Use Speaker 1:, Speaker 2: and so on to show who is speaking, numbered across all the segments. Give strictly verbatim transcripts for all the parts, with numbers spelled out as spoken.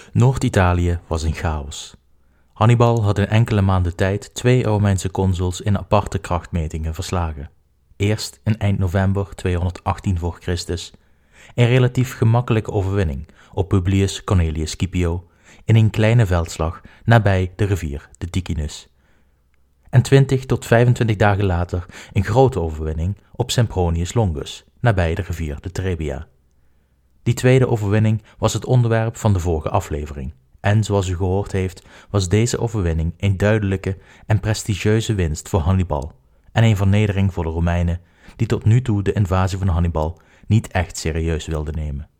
Speaker 1: Noord-Italië was in chaos. Hannibal had in enkele maanden tijd twee Romeinse consuls in aparte krachtmetingen verslagen. Eerst in eind november tweehonderdachttien voor Christus, een relatief gemakkelijke overwinning op Publius Cornelius Scipio in een kleine veldslag nabij de rivier de Ticinus. En twintig tot vijfentwintig dagen later een grote overwinning op Sempronius Longus nabij de rivier de Trebia. Die tweede overwinning was het onderwerp van de vorige aflevering. En zoals u gehoord heeft, was deze overwinning een duidelijke en prestigieuze winst voor Hannibal en een vernedering voor de Romeinen, die tot nu toe de invasie van Hannibal niet echt serieus wilden nemen.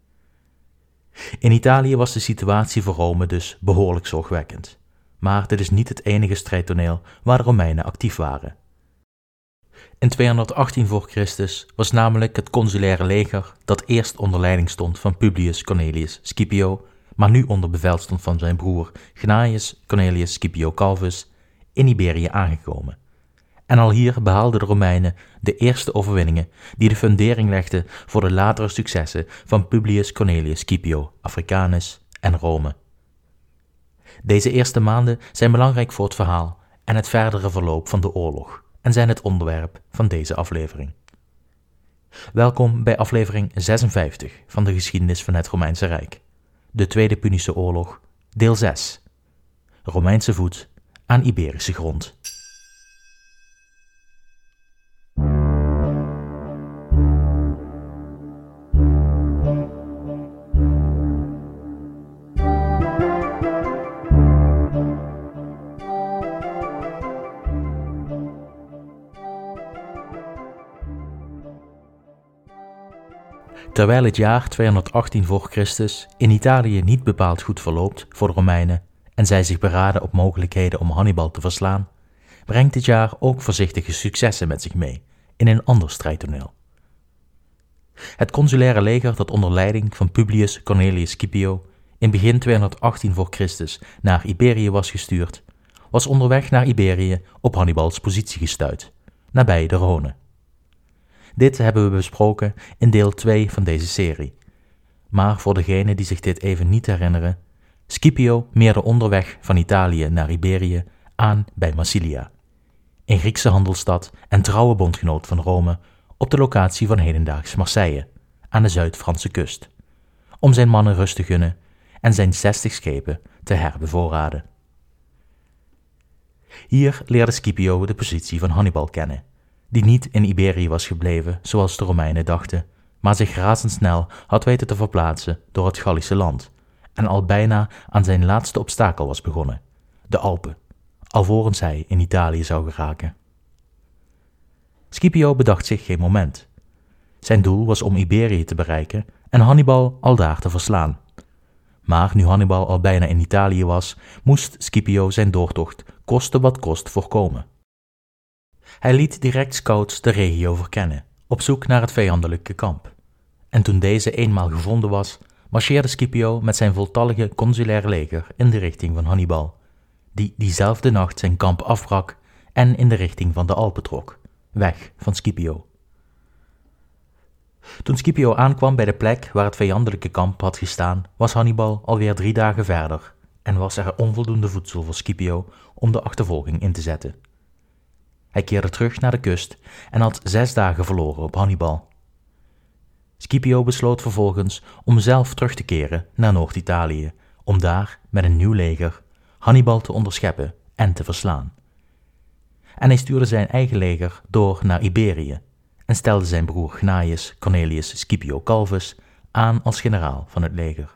Speaker 1: In Italië was de situatie voor Rome dus behoorlijk zorgwekkend, maar dit is niet het enige strijdtoneel waar de Romeinen actief waren. In tweehonderdachttien voor Christus was namelijk het consulaire leger, dat eerst onder leiding stond van Publius Cornelius Scipio, maar nu onder bevel stond van zijn broer Gnaeus Cornelius Scipio Calvus, in Iberië aangekomen. En al hier behaalden de Romeinen de eerste overwinningen die de fundering legden voor de latere successen van Publius Cornelius Scipio Africanus en Rome. Deze eerste maanden zijn belangrijk voor het verhaal en het verdere verloop van de oorlog en zijn het onderwerp van deze aflevering. Welkom bij aflevering zesenvijftig van de geschiedenis van het Romeinse Rijk. De Tweede Punische Oorlog, deel zes. Romeinse voet aan Iberische grond. Terwijl het jaar tweehonderdachttien voor Christus in Italië niet bepaald goed verloopt voor de Romeinen en zij zich beraden op mogelijkheden om Hannibal te verslaan, brengt dit jaar ook voorzichtige successen met zich mee in een ander strijdtoneel. Het consulaire leger dat onder leiding van Publius Cornelius Scipio in begin tweehonderdachttien voor Christus naar Iberië was gestuurd, was onderweg naar Iberië op Hannibals positie gestuit, nabij de Rhône. Dit hebben we besproken in deel twee van deze serie. Maar voor degenen die zich dit even niet herinneren, Scipio meerde onderweg van Italië naar Iberië aan bij Massilia, een Griekse handelsstad en trouwe bondgenoot van Rome op de locatie van hedendaags Marseille, aan de Zuid-Franse kust, om zijn mannen rust te gunnen en zijn zestig schepen te herbevoorraden. Hier leerde Scipio de positie van Hannibal kennen, die niet in Iberië was gebleven zoals de Romeinen dachten, maar zich razendsnel had weten te verplaatsen door het Gallische land en al bijna aan zijn laatste obstakel was begonnen, de Alpen, alvorens hij in Italië zou geraken. Scipio bedacht zich geen moment. Zijn doel was om Iberië te bereiken en Hannibal aldaar te verslaan. Maar nu Hannibal al bijna in Italië was, moest Scipio zijn doortocht koste wat kost voorkomen. Hij liet direct scouts de regio verkennen, op zoek naar het vijandelijke kamp. En toen deze eenmaal gevonden was, marcheerde Scipio met zijn voltallige consulaire leger in de richting van Hannibal, die diezelfde nacht zijn kamp afbrak en in de richting van de Alpen trok, weg van Scipio. Toen Scipio aankwam bij de plek waar het vijandelijke kamp had gestaan, was Hannibal alweer drie dagen verder en was er onvoldoende voedsel voor Scipio om de achtervolging in te zetten. Hij keerde terug naar de kust en had zes dagen verloren op Hannibal. Scipio besloot vervolgens om zelf terug te keren naar Noord-Italië, om daar met een nieuw leger Hannibal te onderscheppen en te verslaan. En hij stuurde zijn eigen leger door naar Iberië en stelde zijn broer Gnaeus Cornelius Scipio Calvus aan als generaal van het leger.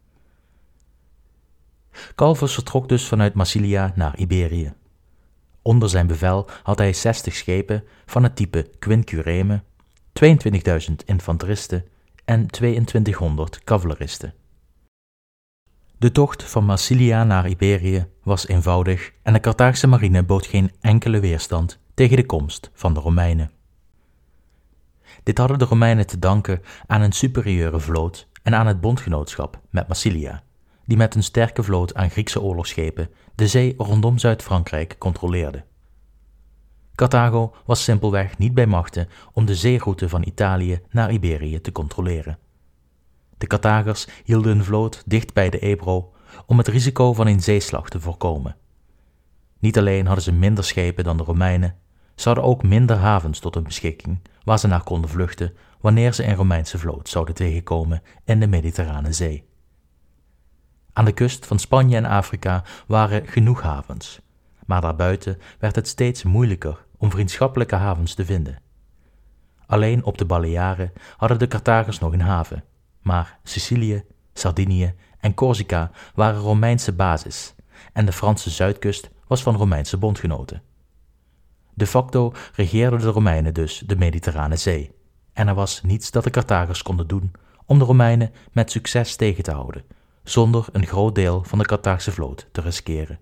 Speaker 1: Calvus vertrok dus vanuit Massilia naar Iberië. Onder zijn bevel had hij zestig schepen van het type Quincureme, tweeëntwintigduizend infanteristen en tweeëntwintighonderd cavaleristen. De tocht van Massilia naar Iberië was eenvoudig en de Carthaagse marine bood geen enkele weerstand tegen de komst van de Romeinen. Dit hadden de Romeinen te danken aan een superieure vloot en aan het bondgenootschap met Massilia, die met een sterke vloot aan Griekse oorlogsschepen de zee rondom Zuid-Frankrijk controleerde. Carthago was simpelweg niet bij machte om de zeeroute van Italië naar Iberië te controleren. De Carthagers hielden hun vloot dicht bij de Ebro om het risico van een zeeslag te voorkomen. Niet alleen hadden ze minder schepen dan de Romeinen, ze hadden ook minder havens tot hun beschikking waar ze naar konden vluchten wanneer ze een Romeinse vloot zouden tegenkomen in de Mediterrane Zee. Aan de kust van Spanje en Afrika waren genoeg havens, maar daarbuiten werd het steeds moeilijker om vriendschappelijke havens te vinden. Alleen op de Balearen hadden de Carthagers nog een haven, maar Sicilië, Sardinië en Corsica waren Romeinse basis en de Franse zuidkust was van Romeinse bondgenoten. De facto regeerden de Romeinen dus de Mediterrane Zee en er was niets dat de Carthagers konden doen om de Romeinen met succes tegen te houden, zonder een groot deel van de Carthaagse vloot te riskeren.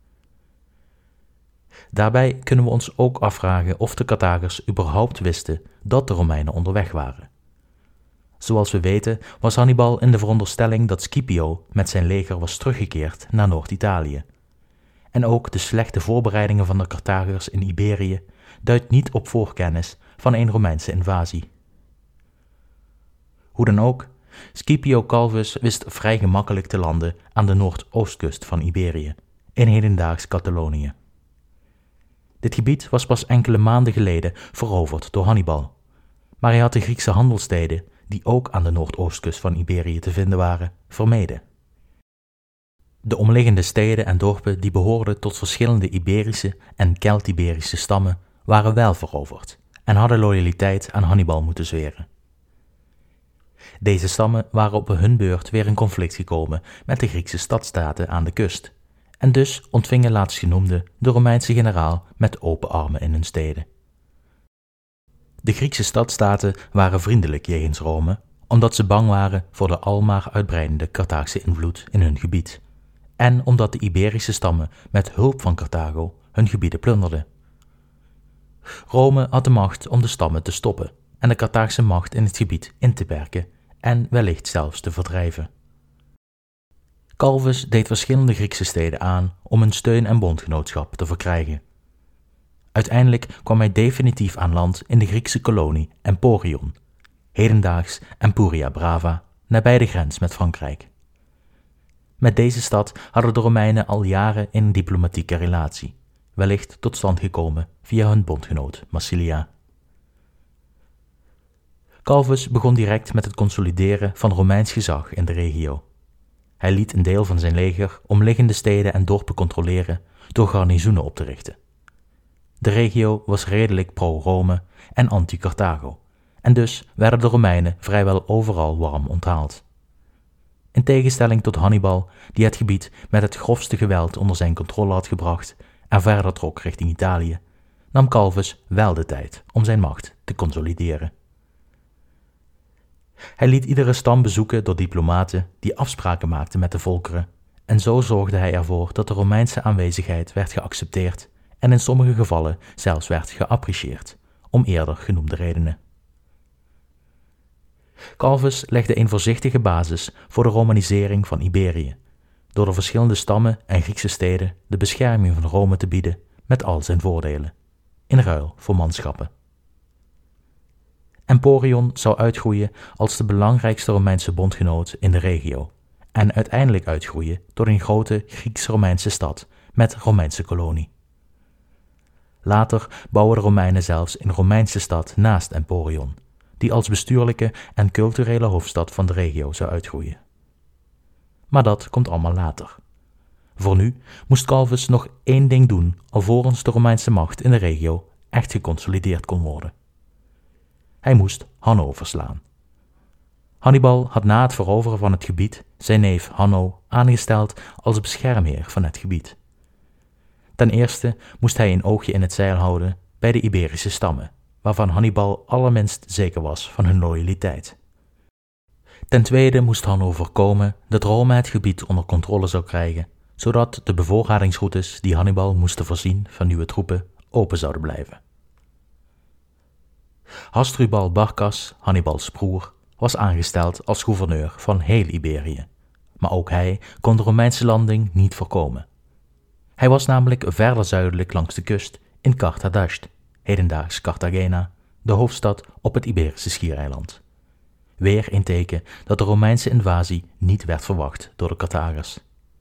Speaker 1: Daarbij kunnen we ons ook afvragen of de Carthagers überhaupt wisten dat de Romeinen onderweg waren. Zoals we weten was Hannibal in de veronderstelling dat Scipio met zijn leger was teruggekeerd naar Noord-Italië. En ook de slechte voorbereidingen van de Carthagers in Iberië duidt niet op voorkennis van een Romeinse invasie. Hoe dan ook, Scipio Calvus wist vrij gemakkelijk te landen aan de noordoostkust van Iberië, in hedendaags Catalonië. Dit gebied was pas enkele maanden geleden veroverd door Hannibal, maar hij had de Griekse handelssteden, die ook aan de noordoostkust van Iberië te vinden waren, vermeden. De omliggende steden en dorpen die behoorden tot verschillende Iberische en Kelt-Iberische stammen waren wel veroverd en hadden loyaliteit aan Hannibal moeten zweren. Deze stammen waren op hun beurt weer in conflict gekomen met de Griekse stadstaten aan de kust en dus ontvingen laatstgenoemde de Romeinse generaal met open armen in hun steden. De Griekse stadstaten waren vriendelijk jegens Rome, omdat ze bang waren voor de almaar uitbreidende Carthaagse invloed in hun gebied en omdat de Iberische stammen met hulp van Carthago hun gebieden plunderden. Rome had de macht om de stammen te stoppen en de Carthaagse macht in het gebied in te perken en wellicht zelfs te verdrijven. Calvus deed verschillende Griekse steden aan om hun steun en bondgenootschap te verkrijgen. Uiteindelijk kwam hij definitief aan land in de Griekse kolonie Emporion, hedendaags Empuria Brava, nabij de grens met Frankrijk. Met deze stad hadden de Romeinen al jaren een diplomatieke relatie, wellicht tot stand gekomen via hun bondgenoot Massilia. Calvus begon direct met het consolideren van Romeins gezag in de regio. Hij liet een deel van zijn leger omliggende steden en dorpen controleren door garnizoenen op te richten. De regio was redelijk pro-Rome en anti-Carthago, en dus werden de Romeinen vrijwel overal warm onthaald. In tegenstelling tot Hannibal, die het gebied met het grofste geweld onder zijn controle had gebracht en verder trok richting Italië, nam Calvus wel de tijd om zijn macht te consolideren. Hij liet iedere stam bezoeken door diplomaten die afspraken maakten met de volkeren, en zo zorgde hij ervoor dat de Romeinse aanwezigheid werd geaccepteerd en in sommige gevallen zelfs werd geapprecieerd, om eerder genoemde redenen. Calvus legde een voorzichtige basis voor de romanisering van Iberië, door de verschillende stammen en Griekse steden de bescherming van Rome te bieden met al zijn voordelen, in ruil voor manschappen. Emporion zou uitgroeien als de belangrijkste Romeinse bondgenoot in de regio en uiteindelijk uitgroeien tot een grote Grieks-Romeinse stad met Romeinse kolonie. Later bouwen de Romeinen zelfs een Romeinse stad naast Emporion, die als bestuurlijke en culturele hoofdstad van de regio zou uitgroeien. Maar dat komt allemaal later. Voor nu moest Calvus nog één ding doen alvorens de Romeinse macht in de regio echt geconsolideerd kon worden. Hij moest Hanno verslaan. Hannibal had na het veroveren van het gebied zijn neef Hanno aangesteld als beschermheer van het gebied. Ten eerste moest hij een oogje in het zeil houden bij de Iberische stammen, waarvan Hannibal allerminst zeker was van hun loyaliteit. Ten tweede moest Hanno voorkomen dat Rome het gebied onder controle zou krijgen, zodat de bevoorradingsroutes die Hannibal moest voorzien van nieuwe troepen open zouden blijven. Hasdrubal Barcas, Hannibals broer, was aangesteld als gouverneur van heel Iberië, maar ook hij kon de Romeinse landing niet voorkomen. Hij was namelijk verder zuidelijk langs de kust in Carthadasht, hedendaags Cartagena, de hoofdstad op het Iberische schiereiland. weer een teken dat de Romeinse invasie niet werd verwacht door de Carthagers.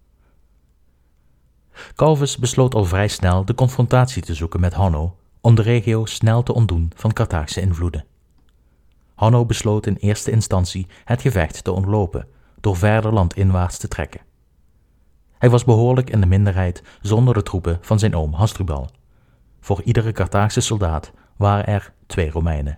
Speaker 1: Calvus besloot al vrij snel de confrontatie te zoeken met Hanno om de regio snel te ontdoen van Carthaagse invloeden. Hanno besloot in eerste instantie het gevecht te ontlopen door verder landinwaarts te trekken. Hij was behoorlijk in de minderheid zonder de troepen van zijn oom Hasdrubal. Voor iedere Carthaagse soldaat waren er twee Romeinen.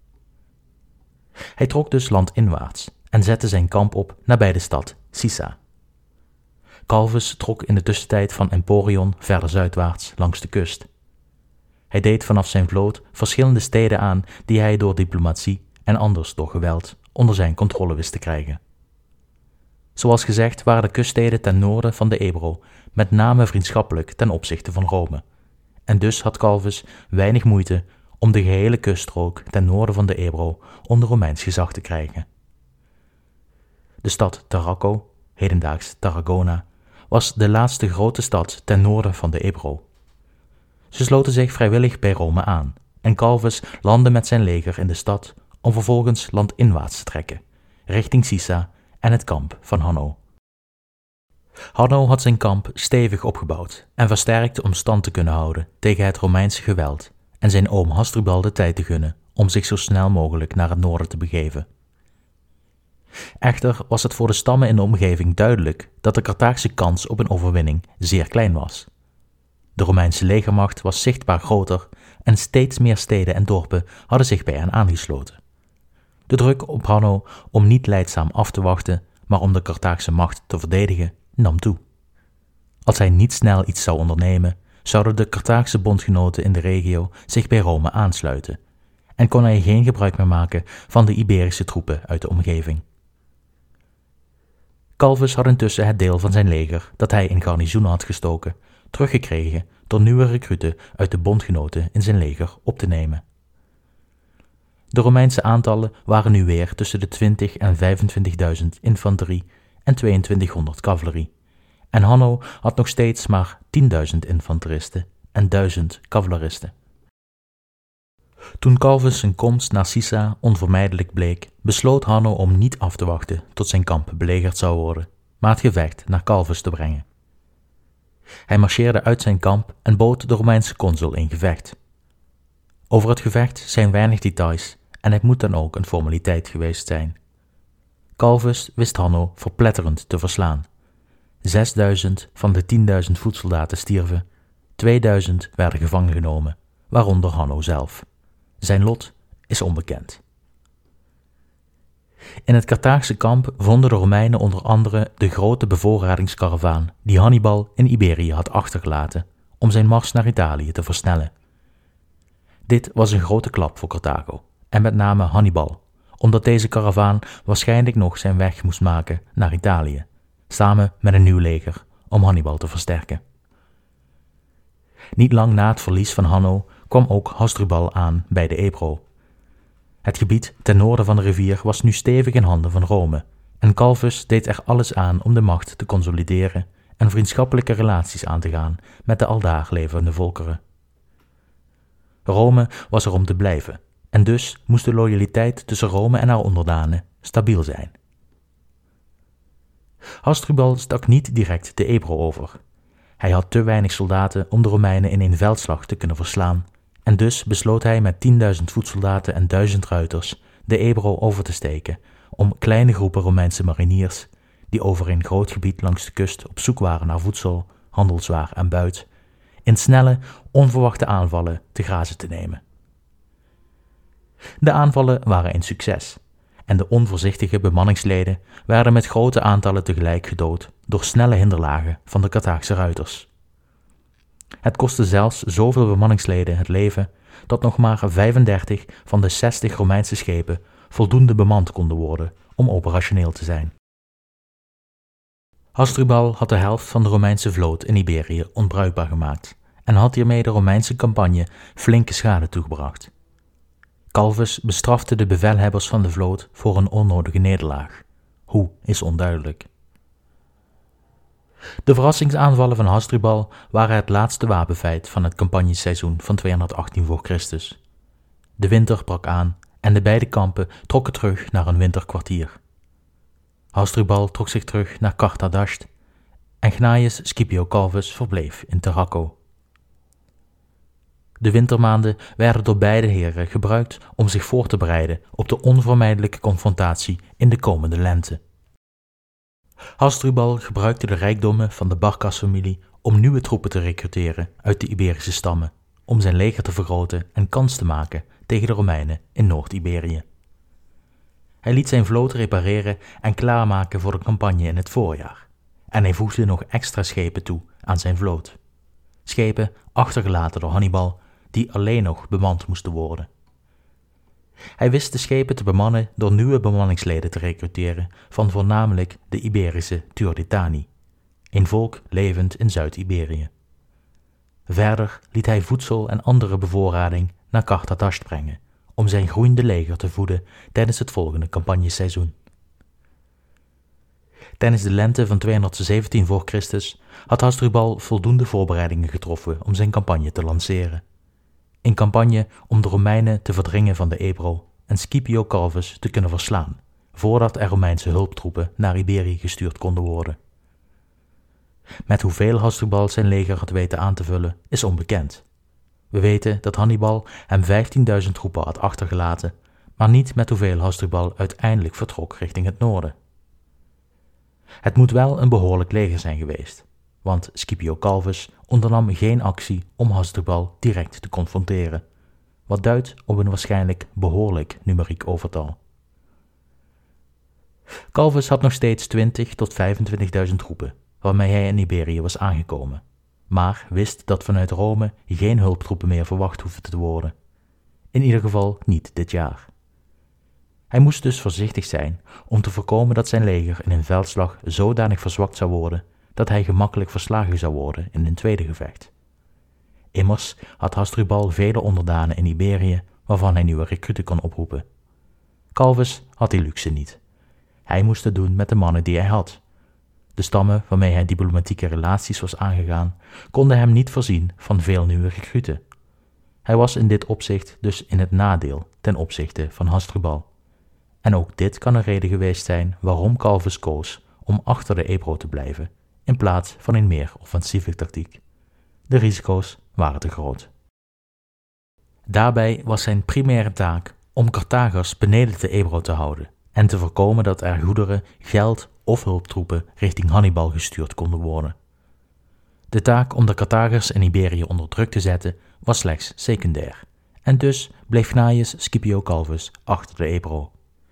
Speaker 1: Hij trok dus landinwaarts en zette zijn kamp op nabij de stad Sissa. Calvus trok in de tussentijd van Emporion verder zuidwaarts langs de kust. Hij deed vanaf zijn vloot verschillende steden aan die hij door diplomatie en anders door geweld onder zijn controle wist te krijgen. Zoals gezegd waren de kuststeden ten noorden van de Ebro met name vriendschappelijk ten opzichte van Rome, en dus had Calvus weinig moeite om de gehele kuststrook ten noorden van de Ebro onder Romeins gezag te krijgen. De stad Tarraco, hedendaags Tarragona, was de laatste grote stad ten noorden van de Ebro. Ze sloten zich vrijwillig bij Rome aan en Calvus landde met zijn leger in de stad om vervolgens landinwaarts te trekken, richting Sissa en het kamp van Hanno. Hanno had zijn kamp stevig opgebouwd en versterkt om stand te kunnen houden tegen het Romeinse geweld en zijn oom Hasdrubal de tijd te gunnen om zich zo snel mogelijk naar het noorden te begeven. Echter was het voor de stammen in de omgeving duidelijk dat de Carthaagse kans op een overwinning zeer klein was. De Romeinse legermacht was zichtbaar groter en steeds meer steden en dorpen hadden zich bij hen aangesloten. De druk op Hanno om niet lijdzaam af te wachten, maar om de Carthaagse macht te verdedigen, nam toe. Als hij niet snel iets zou ondernemen, zouden de Carthaagse bondgenoten in de regio zich bij Rome aansluiten en kon hij geen gebruik meer maken van de Iberische troepen uit de omgeving. Calvus had intussen het deel van zijn leger dat hij in garnizoen had gestoken teruggekregen door nieuwe recruten uit de bondgenoten in zijn leger op te nemen. De Romeinse aantallen waren nu weer tussen de twintig en vijfentwintigduizend infanterie en tweeëntwintighonderd cavalerie, en Hanno had nog steeds maar tienduizend infanteristen en duizend cavaleristen. Toen Calvus zijn komst naar Sissa onvermijdelijk bleek, besloot Hanno om niet af te wachten tot zijn kamp belegerd zou worden, maar het gevecht naar Calvus te brengen. Hij marcheerde uit zijn kamp en bood de Romeinse consul in gevecht. Over het gevecht zijn weinig details en het moet dan ook een formaliteit geweest zijn. Calvus wist Hanno verpletterend te verslaan. Zesduizend van de tienduizend voetsoldaten stierven, tweeduizend werden gevangen genomen, waaronder Hanno zelf. Zijn lot is onbekend. In het Carthaagse kamp vonden de Romeinen onder andere de grote bevoorradingskaravaan die Hannibal in Iberië had achtergelaten om zijn mars naar Italië te versnellen. Dit was een grote klap voor Carthago en met name Hannibal, omdat deze karavaan waarschijnlijk nog zijn weg moest maken naar Italië, samen met een nieuw leger om Hannibal te versterken. Niet lang na het verlies van Hanno kwam ook Hasdrubal aan bij de Ebro. Het gebied ten noorden van de rivier was nu stevig in handen van Rome en Calvus deed er alles aan om de macht te consolideren en vriendschappelijke relaties aan te gaan met de aldaar levende volkeren. Rome was er om te blijven en dus moest de loyaliteit tussen Rome en haar onderdanen stabiel zijn. Hasdrubal stak niet direct de Ebro over. Hij had te weinig soldaten om de Romeinen in een veldslag te kunnen verslaan en dus besloot hij met tienduizend voetsoldaten en duizend ruiters de Ebro over te steken om kleine groepen Romeinse mariniers, die over een groot gebied langs de kust op zoek waren naar voedsel, handelswaar en buit, in snelle, onverwachte aanvallen te grazen te nemen. De aanvallen waren een succes en de onvoorzichtige bemanningsleden werden met grote aantallen tegelijk gedood door snelle hinderlagen van de Carthaagse ruiters. Het kostte zelfs zoveel bemanningsleden het leven dat nog maar vijfendertig van de zestig Romeinse schepen voldoende bemand konden worden om operationeel te zijn. Hasdrubal had de helft van de Romeinse vloot in Iberië onbruikbaar gemaakt en had hiermee de Romeinse campagne flinke schade toegebracht. Calvus bestrafte de bevelhebbers van de vloot voor een onnodige nederlaag. Hoe is onduidelijk. De verrassingsaanvallen van Hasdrubal waren het laatste wapenfeit van het campagneseizoen van tweehonderdachttien voor Christus. De winter brak aan en de beide kampen trokken terug naar een winterkwartier. Hasdrubal trok zich terug naar Kartadasht en Gnaeus Scipio Calvus verbleef in Tarraco. De wintermaanden werden door beide heren gebruikt om zich voor te bereiden op de onvermijdelijke confrontatie in de komende lente. Hasdrubal gebruikte de rijkdommen van de Barkas-familie om nieuwe troepen te recruteren uit de Iberische stammen, om zijn leger te vergroten en kans te maken tegen de Romeinen in Noord-Iberië. Hij liet zijn vloot repareren en klaarmaken voor de campagne in het voorjaar, en hij voegde nog extra schepen toe aan zijn vloot. Schepen achtergelaten door Hannibal, die alleen nog bemand moesten worden. Hij wist de schepen te bemannen door nieuwe bemanningsleden te recruteren van voornamelijk de Iberische Turdetani, een volk levend in Zuid-Iberië. Verder liet hij voedsel en andere bevoorrading naar Kartadasht brengen, om zijn groeiende leger te voeden tijdens het volgende campagneseizoen. Tijdens de lente van tweehonderdzeventien voor Christus had Hasdrubal voldoende voorbereidingen getroffen om zijn campagne te lanceren. Een campagne om de Romeinen te verdringen van de Ebro en Scipio Calvus te kunnen verslaan, voordat er Romeinse hulptroepen naar Iberië gestuurd konden worden. Met hoeveel Hasdrubal zijn leger had weten aan te vullen, is onbekend. We weten dat Hannibal hem vijftienduizend troepen had achtergelaten, maar niet met hoeveel Hasdrubal uiteindelijk vertrok richting het noorden. Het moet wel een behoorlijk leger zijn geweest, want Scipio Calvus ondernam geen actie om Hasdrubal direct te confronteren, wat duidt op een waarschijnlijk behoorlijk numeriek overtal. Calvus had nog steeds twintig tot vijfentwintigduizend troepen, waarmee hij in Iberië was aangekomen, maar wist dat vanuit Rome geen hulptroepen meer verwacht hoefden te worden. In ieder geval niet dit jaar. Hij moest dus voorzichtig zijn om te voorkomen dat zijn leger in een veldslag zodanig verzwakt zou worden dat hij gemakkelijk verslagen zou worden in een tweede gevecht. Immers had Hasdrubal vele onderdanen in Iberië waarvan hij nieuwe recruten kon oproepen. Calvus had die luxe niet. Hij moest het doen met de mannen die hij had. De stammen waarmee hij diplomatieke relaties was aangegaan, konden hem niet voorzien van veel nieuwe recruten. Hij was in dit opzicht dus in het nadeel ten opzichte van Hasdrubal. En ook dit kan een reden geweest zijn waarom Calvus koos om achter de Ebro te blijven, in plaats van een meer offensieve tactiek. De risico's waren te groot. Daarbij was zijn primaire taak om Carthagers beneden de Ebro te houden en te voorkomen dat er goederen, geld of hulptroepen richting Hannibal gestuurd konden worden. De taak om de Carthagers in Iberië onder druk te zetten was slechts secundair, en dus bleef Gnaeus Scipio Calvus achter de Ebro.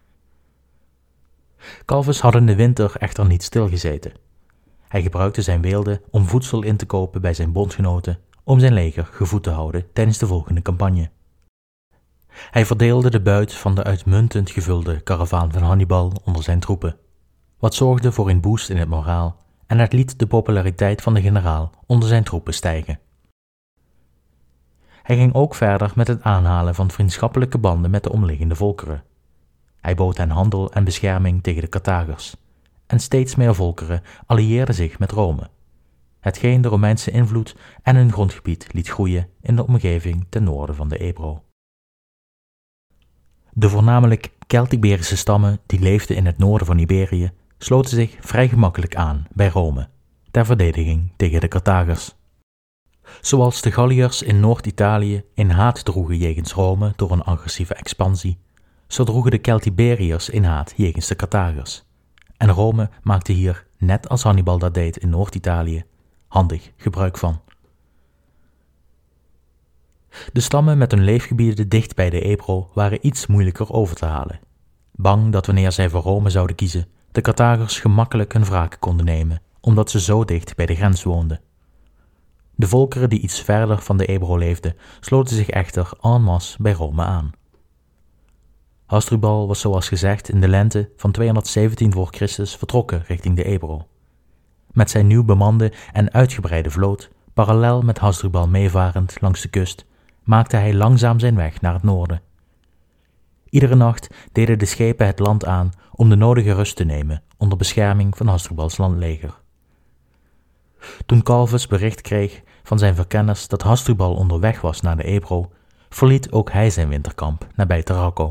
Speaker 1: Calvus had in de winter echter niet stilgezeten. Hij gebruikte zijn weelde om voedsel in te kopen bij zijn bondgenoten om zijn leger gevoed te houden tijdens de volgende campagne. Hij verdeelde de buit van de uitmuntend gevulde karavaan van Hannibal onder zijn troepen, wat zorgde voor een boost in het moraal en het liet de populariteit van de generaal onder zijn troepen stijgen. Hij ging ook verder met het aanhalen van vriendschappelijke banden met de omliggende volkeren. Hij bood hen handel en bescherming tegen de Carthagers, en steeds meer volkeren allieerden zich met Rome, hetgeen de Romeinse invloed en hun grondgebied liet groeien in de omgeving ten noorden van de Ebro. De voornamelijk Celt-Iberische stammen die leefden in het noorden van Iberië sloten zich vrij gemakkelijk aan bij Rome, ter verdediging tegen de Carthagers. Zoals de Galliërs in Noord-Italië in haat droegen jegens Rome door een agressieve expansie, zo droegen de Celt-Iberiërs in haat jegens de Carthagers. En Rome maakte hier, net als Hannibal dat deed in Noord-Italië, handig gebruik van. De stammen met hun leefgebieden dicht bij de Ebro waren iets moeilijker over te halen. Bang dat wanneer zij voor Rome zouden kiezen, de Carthagers gemakkelijk hun wraak konden nemen, omdat ze zo dicht bij de grens woonden. De volkeren die iets verder van de Ebro leefden, sloten zich echter en masse bij Rome aan. Hasdrubal was zoals gezegd in de lente van tweehonderdzeventien voor Christus vertrokken richting de Ebro. Met zijn nieuw bemande en uitgebreide vloot, parallel met Hasdrubal meevarend langs de kust, maakte hij langzaam zijn weg naar het noorden. Iedere nacht deden de schepen het land aan om de nodige rust te nemen onder bescherming van Hasdrubals landleger. Toen Calvus bericht kreeg van zijn verkenners dat Hasdrubal onderweg was naar de Ebro, verliet ook hij zijn winterkamp nabij Tarraco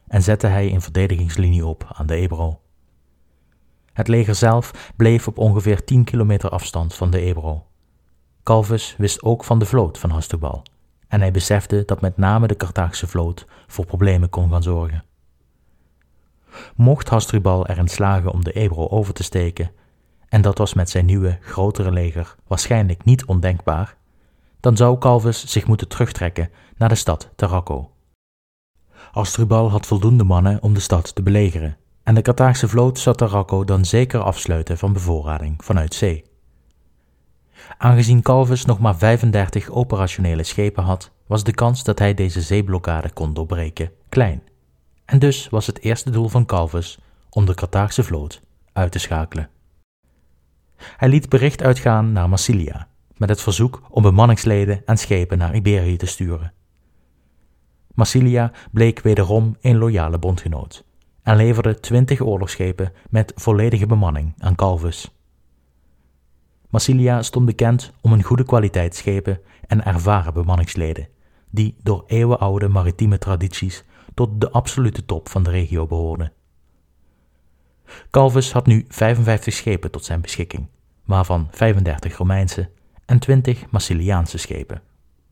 Speaker 1: en zette hij een verdedigingslinie op aan de Ebro. Het leger zelf bleef op ongeveer tien kilometer afstand van de Ebro. Calvus wist ook van de vloot van Hasdrubal en hij besefte dat met name de Carthaagse vloot voor problemen kon gaan zorgen. Mocht Hasdrubal erin slagen om de Ebro over te steken, en dat was met zijn nieuwe, grotere leger waarschijnlijk niet ondenkbaar, dan zou Calvus zich moeten terugtrekken naar de stad Tarraco. Hasdrubal had voldoende mannen om de stad te belegeren en de Carthaagse vloot zou Tarraco dan zeker afsluiten van bevoorrading vanuit zee. Aangezien Calvus nog maar vijfendertig operationele schepen had, was de kans dat hij deze zeeblokkade kon doorbreken klein. En dus was het eerste doel van Calvus om de Carthaagse vloot uit te schakelen. Hij liet bericht uitgaan naar Massilia, met het verzoek om bemanningsleden en schepen naar Iberië te sturen. Massilia bleek wederom een loyale bondgenoot en leverde twintig oorlogsschepen met volledige bemanning aan Calvus. Massilia stond bekend om een goede kwaliteit schepen en ervaren bemanningsleden, die door eeuwenoude maritieme tradities tot de absolute top van de regio behoorden. Calvus had nu vijfenvijftig schepen tot zijn beschikking, waarvan vijfendertig Romeinse en twintig Massiliaanse schepen.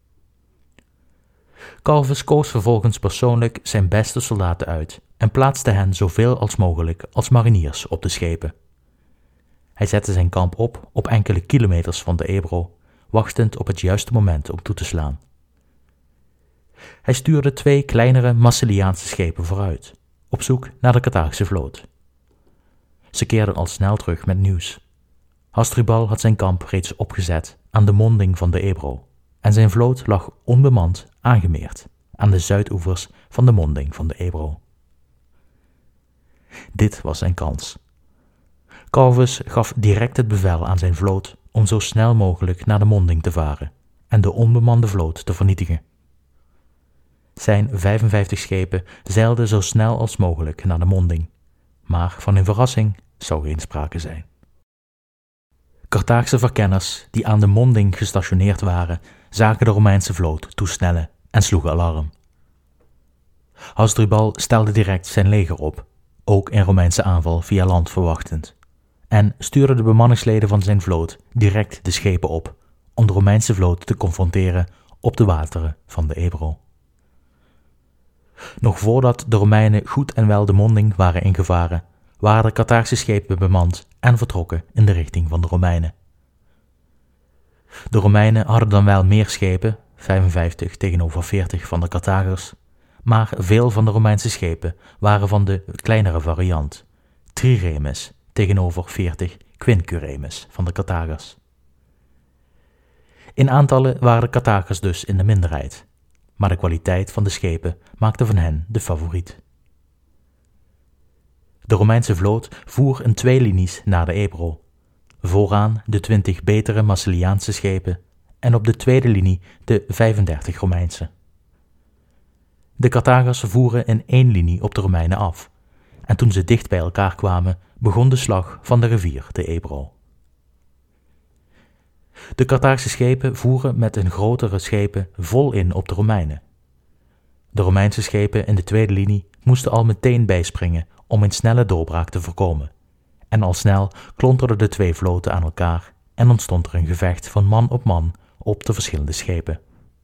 Speaker 1: Calvus koos vervolgens persoonlijk zijn beste soldaten uit en plaatste hen zoveel als mogelijk als mariniers op de schepen. Hij zette zijn kamp op op enkele kilometers van de Ebro, wachtend op het juiste moment om toe te slaan. Hij stuurde twee kleinere Massiliaanse schepen vooruit, op zoek naar de Carthaagse vloot. Ze keerden al snel terug met nieuws. Hasdrubal had zijn kamp reeds opgezet aan de monding van de Ebro en zijn vloot lag onbemand aangemeerd aan de zuidoevers van de monding van de Ebro. Dit was zijn kans. Calvus gaf direct het bevel aan zijn vloot om zo snel mogelijk naar de monding te varen en de onbemande vloot te vernietigen. Zijn vijfenvijftig schepen zeilden zo snel als mogelijk naar de monding, maar van een verrassing zou geen sprake zijn. Carthaagse verkenners die aan de monding gestationeerd waren, zagen de Romeinse vloot toesnellen en sloegen alarm. Hasdrubal stelde direct zijn leger op, ook een Romeinse aanval via land verwachtend, en stuurde de bemanningsleden van zijn vloot direct de schepen op om de Romeinse vloot te confronteren op de wateren van de Ebro. Nog voordat de Romeinen goed en wel de monding waren ingevaren, waren de Carthaagse schepen bemand en vertrokken in de richting van de Romeinen. De Romeinen hadden dan wel meer schepen, vijfenvijftig tegenover veertig van de Carthagers, maar veel van de Romeinse schepen waren van de kleinere variant, triremes tegenover veertig quinqueremes van de Carthagers. In aantallen waren de Carthagers dus in de minderheid, maar de kwaliteit van de schepen maakte van hen de favoriet. De Romeinse vloot voer in twee linies naar de Ebro, vooraan de twintig betere Massiliaanse schepen en op de tweede linie de vijfendertig Romeinse. De Carthagers voeren in één linie op de Romeinen af, en toen ze dicht bij elkaar kwamen, begon de slag van de rivier de Ebro. De Carthaagse schepen voeren met hun grotere schepen vol in op de Romeinen. De Romeinse schepen in de tweede linie moesten al meteen bijspringen om een snelle doorbraak te voorkomen, en al snel klonterden de twee vloten aan elkaar en ontstond er een gevecht van man op man op de verschillende schepen.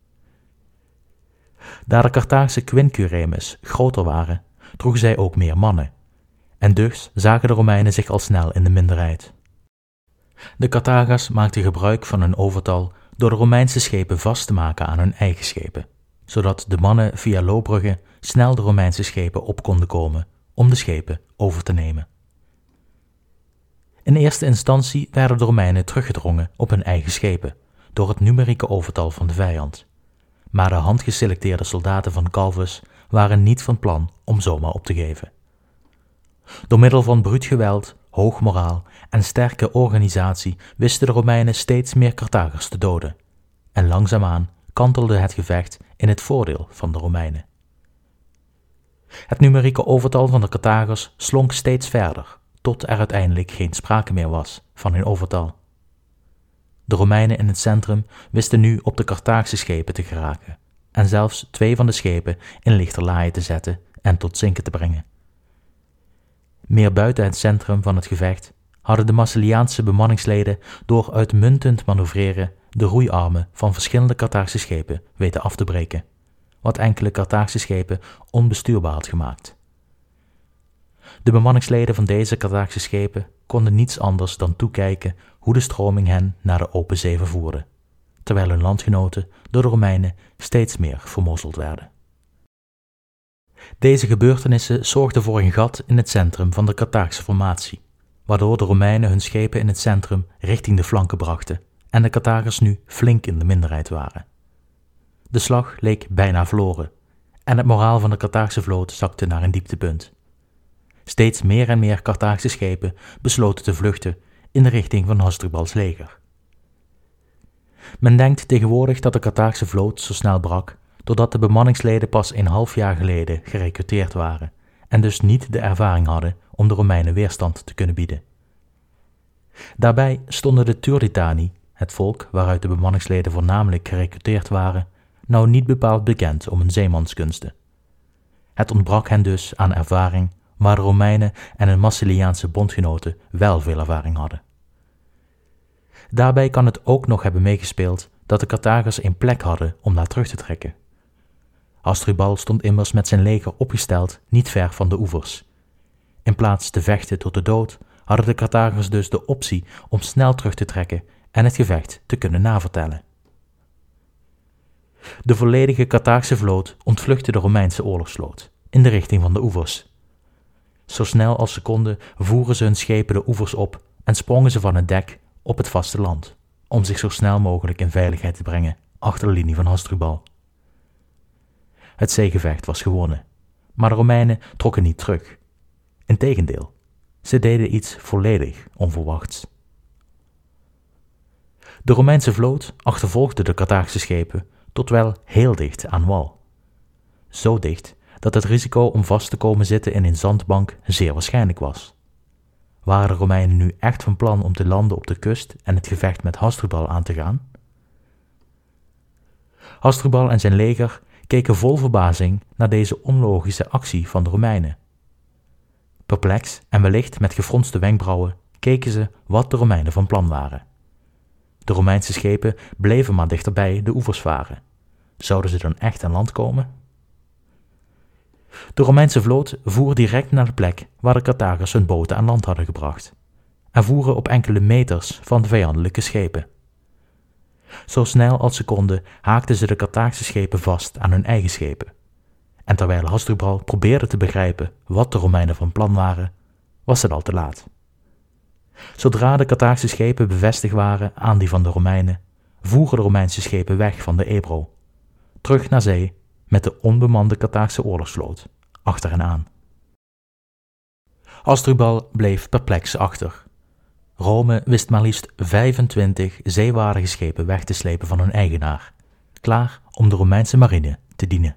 Speaker 1: Daar de Carthaagse quinqueremes groter waren, droegen zij ook meer mannen, en dus zagen de Romeinen zich al snel in de minderheid. De Carthagers maakten gebruik van hun overtal door de Romeinse schepen vast te maken aan hun eigen schepen, zodat de mannen via loopbruggen snel de Romeinse schepen op konden komen om de schepen over te nemen. In eerste instantie werden de Romeinen teruggedrongen op hun eigen schepen door het numerieke overtal van de vijand, maar de handgeselecteerde soldaten van Calvus waren niet van plan om zomaar op te geven. Door middel van bruut geweld, hoog moraal en sterke organisatie wisten de Romeinen steeds meer Carthagers te doden, en langzaamaan kantelde het gevecht in het voordeel van de Romeinen. Het numerieke overtal van de Carthagers slonk steeds verder, tot er uiteindelijk geen sprake meer was van hun overtal. De Romeinen in het centrum wisten nu op de Carthaagse schepen te geraken, en zelfs twee van de schepen in lichterlaaien te zetten en tot zinken te brengen. Meer buiten het centrum van het gevecht hadden de Massiliaanse bemanningsleden door uitmuntend manoeuvreren de roeiarmen van verschillende Carthaagse schepen weten af te breken, wat enkele Carthaagse schepen onbestuurbaar had gemaakt. De bemanningsleden van deze Carthaagse schepen konden niets anders dan toekijken hoe de stroming hen naar de open zee vervoerde, terwijl hun landgenoten door de Romeinen steeds meer vermorzeld werden. Deze gebeurtenissen zorgden voor een gat in het centrum van de Carthaagse formatie, waardoor de Romeinen hun schepen in het centrum richting de flanken brachten en de Carthagers nu flink in de minderheid waren. De slag leek bijna verloren en het moraal van de Carthaagse vloot zakte naar een dieptepunt. Steeds meer en meer Carthaagse schepen besloten te vluchten in de richting van Hasdrubals leger. Men denkt tegenwoordig dat de Carthaagse vloot zo snel brak doordat de bemanningsleden pas een half jaar geleden gerekruteerd waren en dus niet de ervaring hadden om de Romeinen weerstand te kunnen bieden. Daarbij stonden de Turdetani, het volk waaruit de bemanningsleden voornamelijk gerekruteerd waren, nou niet bepaald bekend om hun zeemanskunsten. Het ontbrak hen dus aan ervaring, waar de Romeinen en hun Massiliaanse bondgenoten wel veel ervaring hadden. Daarbij kan het ook nog hebben meegespeeld dat de Carthagers een plek hadden om naar terug te trekken. Hasdrubal stond immers met zijn leger opgesteld niet ver van de oevers. In plaats te vechten tot de dood, hadden de Carthagers dus de optie om snel terug te trekken en het gevecht te kunnen navertellen. De volledige Carthaagse vloot ontvluchtte de Romeinse oorlogsvloot in de richting van de oevers. Zo snel als ze konden voeren ze hun schepen de oevers op en sprongen ze van het dek op het vasteland, om zich zo snel mogelijk in veiligheid te brengen achter de linie van Hasdrubal. Het zeegevecht was gewonnen, maar de Romeinen trokken niet terug. Integendeel, ze deden iets volledig onverwachts. De Romeinse vloot achtervolgde de Carthaagse schepen tot wel heel dicht aan wal. Zo dicht dat het risico om vast te komen zitten in een zandbank zeer waarschijnlijk was. Waren de Romeinen nu echt van plan om te landen op de kust en het gevecht met Hasdrubal aan te gaan? Hasdrubal en zijn leger keken vol verbazing naar deze onlogische actie van de Romeinen. Perplex en wellicht met gefronste wenkbrauwen keken ze wat de Romeinen van plan waren. De Romeinse schepen bleven maar dichterbij de oevers varen. Zouden ze dan echt aan land komen? De Romeinse vloot voer direct naar de plek waar de Carthagers hun boten aan land hadden gebracht en voeren op enkele meters van de vijandelijke schepen. Zo snel als ze konden haakten ze de Carthaagse schepen vast aan hun eigen schepen. En terwijl Hasdrubal probeerde te begrijpen wat de Romeinen van plan waren, was het al te laat. Zodra de Carthaagse schepen bevestigd waren aan die van de Romeinen, voeren de Romeinse schepen weg van de Ebro, terug naar zee met de onbemande Carthaagse oorlogsvloot achter hen aan. Hasdrubal bleef perplex achter. Rome wist maar liefst vijfentwintig zeewaardige schepen weg te slepen van hun eigenaar, klaar om de Romeinse marine te dienen.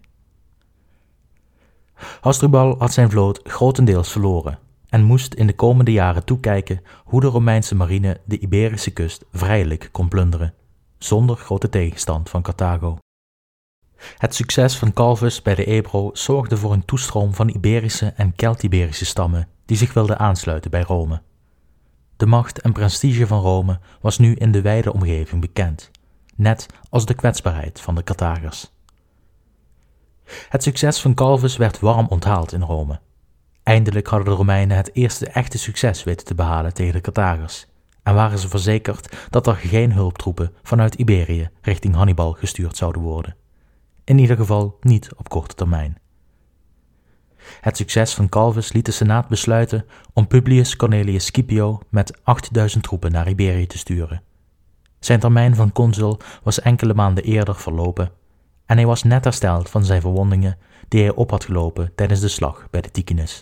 Speaker 1: Hasdrubal had zijn vloot grotendeels verloren en moest in de komende jaren toekijken hoe de Romeinse marine de Iberische kust vrijelijk kon plunderen, zonder grote tegenstand van Carthago. Het succes van Calvus bij de Ebro zorgde voor een toestroom van Iberische en Kelt-Iberische stammen die zich wilden aansluiten bij Rome. De macht en prestige van Rome was nu in de wijde omgeving bekend, net als de kwetsbaarheid van de Carthagers. Het succes van Calvus werd warm onthaald in Rome. Eindelijk hadden de Romeinen het eerste echte succes weten te behalen tegen de Carthagers en waren ze verzekerd dat er geen hulptroepen vanuit Iberië richting Hannibal gestuurd zouden worden. In ieder geval niet op korte termijn. Het succes van Calvus liet de Senaat besluiten om Publius Cornelius Scipio met achtduizend troepen naar Iberië te sturen. Zijn termijn van consul was enkele maanden eerder verlopen en hij was net hersteld van zijn verwondingen die hij op had gelopen tijdens de slag bij de Ticinus.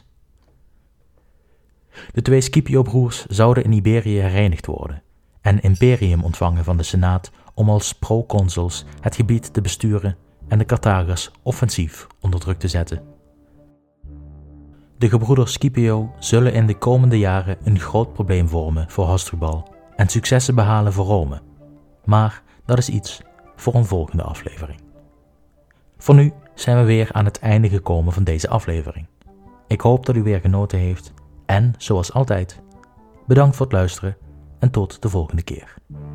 Speaker 1: De twee Scipio-broers zouden in Iberië herenigd worden en imperium ontvangen van de Senaat om als proconsuls het gebied te besturen en de Carthagers offensief onder druk te zetten. De gebroeders Scipio zullen in de komende jaren een groot probleem vormen voor Hasdrubal en successen behalen voor Rome, maar dat is iets voor een volgende aflevering. Voor nu zijn we weer aan het einde gekomen van deze aflevering. Ik hoop dat u weer genoten heeft en, zoals altijd, bedankt voor het luisteren en tot de volgende keer.